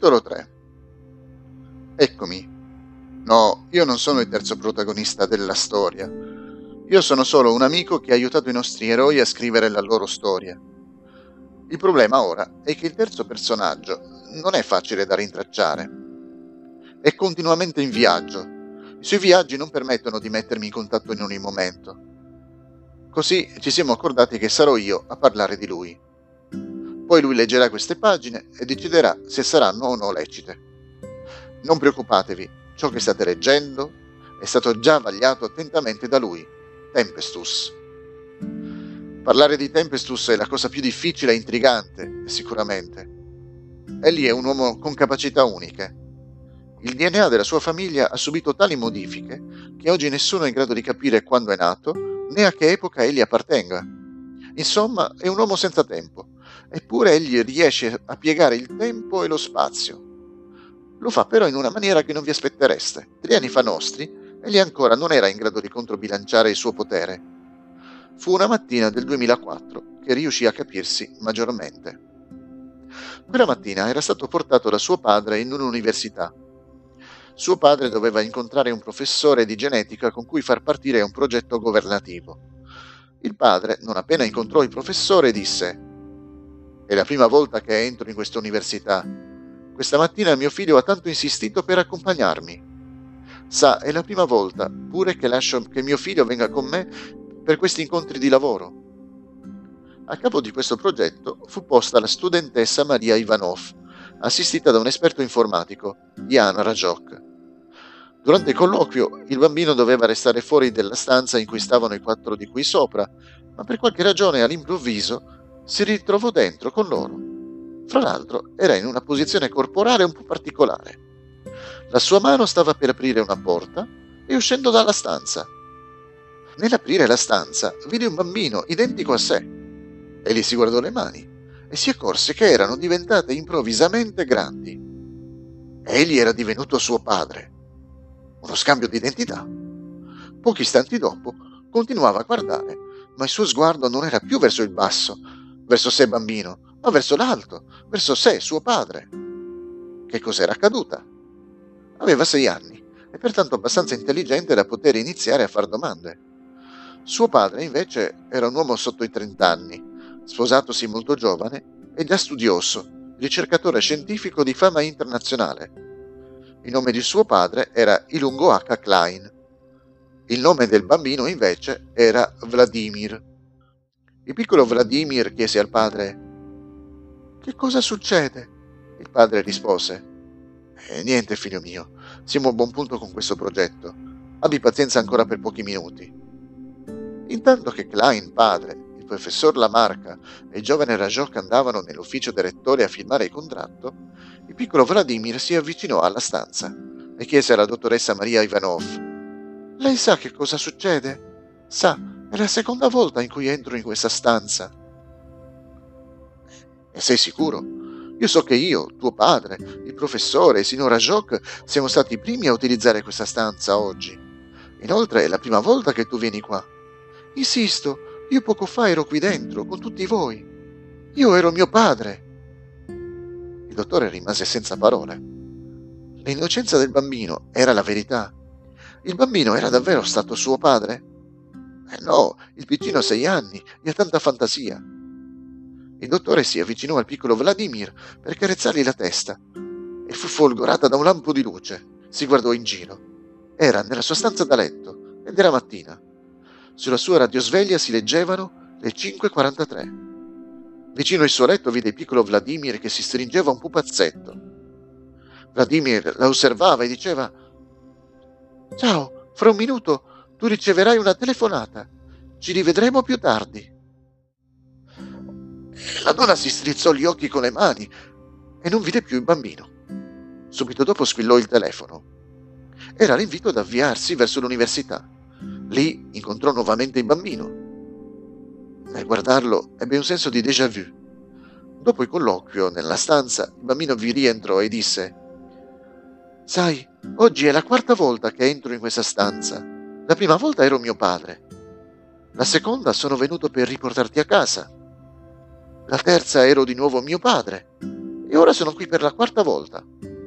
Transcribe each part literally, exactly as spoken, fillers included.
Capitolo tre. Eccomi. No, io non sono il terzo protagonista della storia. Io sono solo un amico che ha aiutato i nostri eroi a scrivere la loro storia. Il problema ora è che il terzo personaggio non è facile da rintracciare. È continuamente in viaggio. I suoi viaggi non permettono di mettermi in contatto in ogni momento. Così ci siamo accordati che sarò io a parlare di lui. Poi lui leggerà queste pagine e deciderà se saranno o no lecite. Non preoccupatevi, ciò che state leggendo è stato già vagliato attentamente da lui, Tempestus. Parlare di Tempestus è la cosa più difficile e intrigante, sicuramente. Egli è un uomo con capacità uniche. Il D N A della sua famiglia ha subito tali modifiche che oggi nessuno è in grado di capire quando è nato né a che epoca egli appartenga. Insomma, è un uomo senza tempo, eppure egli riesce a piegare il tempo e lo spazio. Lo fa però in una maniera che non vi aspettereste. Tre anni fa nostri, egli ancora non era in grado di controbilanciare il suo potere. Fu una mattina del duemilaquattro che riuscì a capirsi maggiormente. Quella mattina era stato portato da suo padre in un'università. Suo padre doveva incontrare un professore di genetica con cui far partire un progetto governativo. Il padre, non appena incontrò il professore, disse: «È la prima volta che entro in questa università. Questa mattina mio figlio ha tanto insistito per accompagnarmi. Sa, è la prima volta pure che lascio che mio figlio venga con me per questi incontri di lavoro». A capo di questo progetto fu posta la studentessa Maria Ivanov, assistita da un esperto informatico, Jan Rajok. Durante il colloquio, il bambino doveva restare fuori della stanza in cui stavano i quattro di qui sopra, ma per qualche ragione all'improvviso si ritrovò dentro con loro. Fra l'altro, era in una posizione corporale un po' particolare. La sua mano stava per aprire una porta e uscendo dalla stanza. Nell'aprire la stanza, vide un bambino identico a sé. Egli si guardò le mani e si accorse che erano diventate improvvisamente grandi. Egli era divenuto suo padre. Uno scambio di identità. Pochi istanti dopo continuava a guardare, ma il suo sguardo non era più verso il basso, verso sé bambino, ma verso l'alto, verso sé, suo padre. Che cos'era accaduta? Aveva sei anni e pertanto abbastanza intelligente da poter iniziare a far domande. Suo padre, invece, era un uomo sotto i trent'anni, sposatosi molto giovane e già studioso, ricercatore scientifico di fama internazionale. Il nome di suo padre era Ilungo H. Klein. Il nome del bambino, invece, era Vladimir. Il piccolo Vladimir chiese al padre: «Che cosa succede?» Il padre rispose: «Eh, niente, figlio mio, siamo a buon punto con questo progetto. Abbi pazienza ancora per pochi minuti». Intanto che Klein, padre, il professor Lamarca e il giovane Rajok andavano nell'ufficio del rettore a firmare il contratto, il piccolo Vladimir si avvicinò alla stanza e chiese alla dottoressa Maria Ivanov: «Lei sa che cosa succede? Sa, è la seconda volta in cui entro in questa stanza». «E sei sicuro? Io so che io, tuo padre, il professore e il signor Rajok siamo stati i primi a utilizzare questa stanza oggi. Inoltre è la prima volta che tu vieni qua. Insisto, io poco fa ero qui dentro, con tutti voi. Io ero mio padre». Il dottore rimase senza parole. L'innocenza del bambino era la verità. Il bambino era davvero stato suo padre? Eh no, il piccino ha sei anni e ha tanta fantasia. Il dottore si avvicinò al piccolo Vladimir per carezzargli la testa e fu folgorata da un lampo di luce. Si guardò in giro. Era nella sua stanza da letto ed era mattina. Sulla sua radiosveglia si leggevano le cinque e quarantatré. Vicino al suo letto vide il piccolo Vladimir che si stringeva un pupazzetto. Vladimir la osservava e diceva: «Ciao, fra un minuto tu riceverai una telefonata. Ci rivedremo più tardi». La donna si strizzò gli occhi con le mani e non vide più il bambino. Subito dopo squillò il telefono. Era l'invito ad avviarsi verso l'università. Lì incontrò nuovamente il bambino. Nel guardarlo ebbe un senso di déjà vu. Dopo il colloquio nella stanza, il bambino vi rientrò e disse: «Sai, oggi è la quarta volta che entro in questa stanza. La prima volta ero mio padre. La seconda sono venuto per riportarti a casa. La terza ero di nuovo mio padre. e ora sono qui per la quarta volta.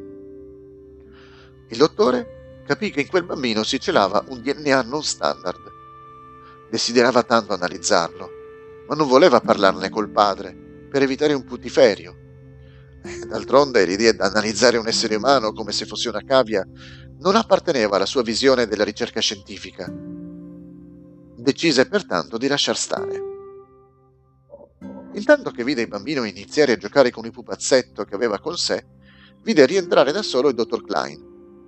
Il dottore capì che in quel bambino si celava un D N A non standard. Desiderava tanto analizzarlo, ma non voleva parlarne col padre, per evitare un putiferio. D'altronde l'idea di analizzare un essere umano come se fosse una cavia non apparteneva alla sua visione della ricerca scientifica. Decise pertanto di lasciar stare. Intanto che vide il bambino iniziare a giocare con il pupazzetto che aveva con sé, vide rientrare da solo il dottor Klein.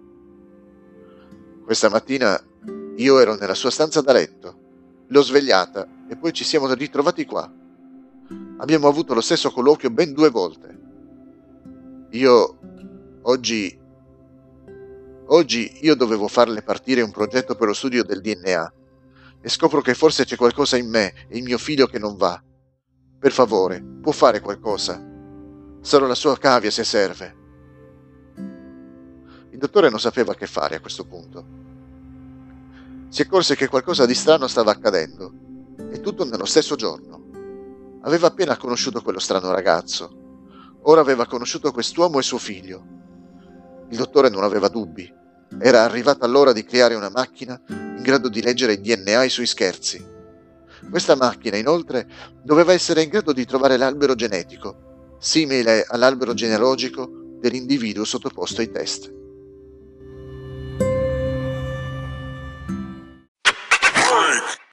Questa mattina io ero nella sua stanza da letto, l'ho svegliata e poi ci siamo ritrovati qua. Abbiamo avuto lo stesso colloquio ben due volte. Io oggi oggi io dovevo farle partire un progetto per lo studio del D N A e scopro che forse c'è qualcosa in me e in mio figlio che non va. Per favore, può fare qualcosa? Sarò la sua cavia se serve. Il dottore non sapeva che fare a questo punto. Si accorse che qualcosa di strano stava accadendo, e tutto nello stesso giorno. Aveva appena conosciuto quello strano ragazzo. Ora aveva conosciuto quest'uomo e suo figlio. Il dottore non aveva dubbi. Era arrivata l'ora di creare una macchina in grado di leggere il D N A ai suoi scherzi. Questa macchina, inoltre, doveva essere in grado di trovare l'albero genetico, simile all'albero genealogico dell'individuo sottoposto ai test.